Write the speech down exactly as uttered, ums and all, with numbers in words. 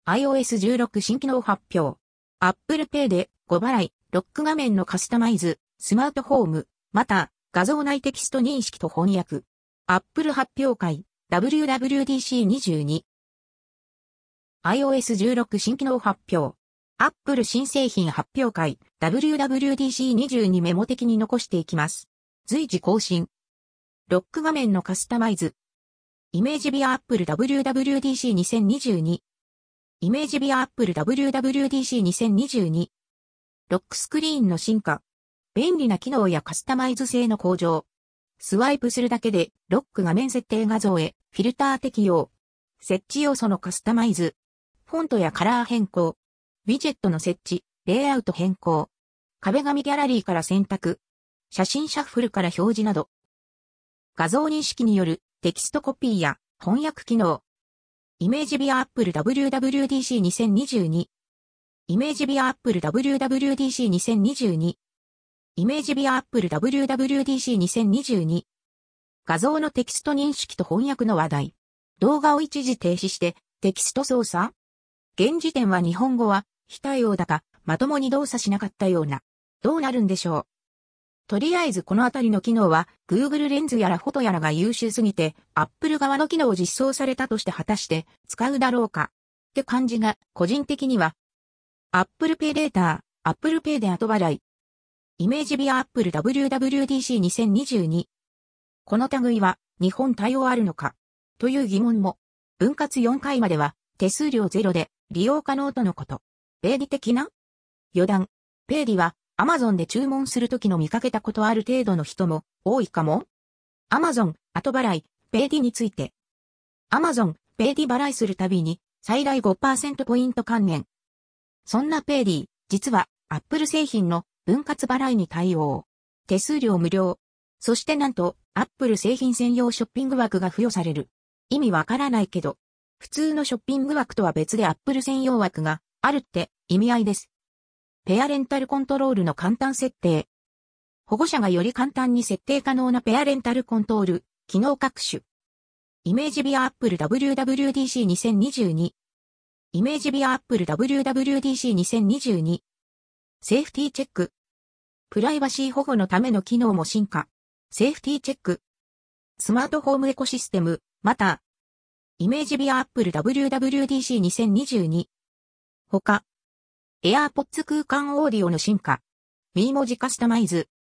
アイオーエスじゅうろく 新機能発表。Apple Pay でご払い、ロック画面のカスタマイズ、スマートホーム、また画像内テキスト認識と翻訳。Apple 発表会、ダブリューダブリューディーシーにじゅうに。アイオーエスじゅうろく 新機能発表。Apple 新製品発表会、ダブリューダブリューディーシーにじゅうに メモ的に残していきます。随時更新。ロック画面のカスタマイズ。イメージビア Apple ダブリューダブリューディーシーにせんにじゅうに。イメージビア Apple ダブリューダブリューディーシーにせんにじゅうに。ロックスクリーンの進化。便利な機能やカスタマイズ性の向上。スワイプするだけでロック画面設定画像へフィルター適用。設置要素のカスタマイズ。フォントやカラー変更。ウィジェットの設置、レイアウト変更。壁紙ギャラリーから選択。写真シャッフルから表示など。画像認識によるテキストコピーや翻訳機能。イメージビア Apple ダブリューダブリューディーシーにせんにじゅうに。イメージビア Apple ダブリューダブリューディーシーにせんにじゅうに。イメージビア Apple ダブリューダブリューディーシーにせんにじゅうに。画像のテキスト認識と翻訳の話題。動画を一時停止してテキスト操作？現時点は日本語は非対応だが、まともに動作しなかったような。どうなるんでしょう。とりあえずこのあたりの機能は Google レンズやらフォトやらが優秀すぎて Apple 側の機能を実装されたとして果たして使うだろうかって感じが個人的には Apple Pay レーター、Apple Pay で後払い。イメージビア Apple ダブリューダブリューディーシーにせんにじゅうに。この類は日本対応あるのかという疑問も。分割よんかいまでは手数料ゼロで利用可能とのこと。ペイディ的な余談。ペイディはAmazon で注文するときの見かけたことある程度の人も多いかも。Amazon 後払い、ペイディについて。Amazon ペイディ払いするたびに最大 ごパーセント ポイント還元。そんなペイディ、実は Apple 製品の分割払いに対応。手数料無料。そしてなんと Apple 製品専用ショッピング枠が付与される。意味わからないけど、普通のショッピング枠とは別で Apple 専用枠があるって意味合いです。ペアレンタルコントロールの簡単設定。保護者がより簡単に設定可能なペアレンタルコントロール、機能各種。イメージビア Apple ダブリューダブリューディーシーにせんにじゅうに。イメージビア Apple ダブリューダブリューディーシーにせんにじゅうに。セーフティーチェック。プライバシー保護のための機能も進化。セーフティーチェック。スマートホームエコシステム、また。イメージビア Apple ダブリューダブリューディーシーにせんにじゅうに。他。AirPods 空間オーディオの進化。ミー文字カスタマイズ。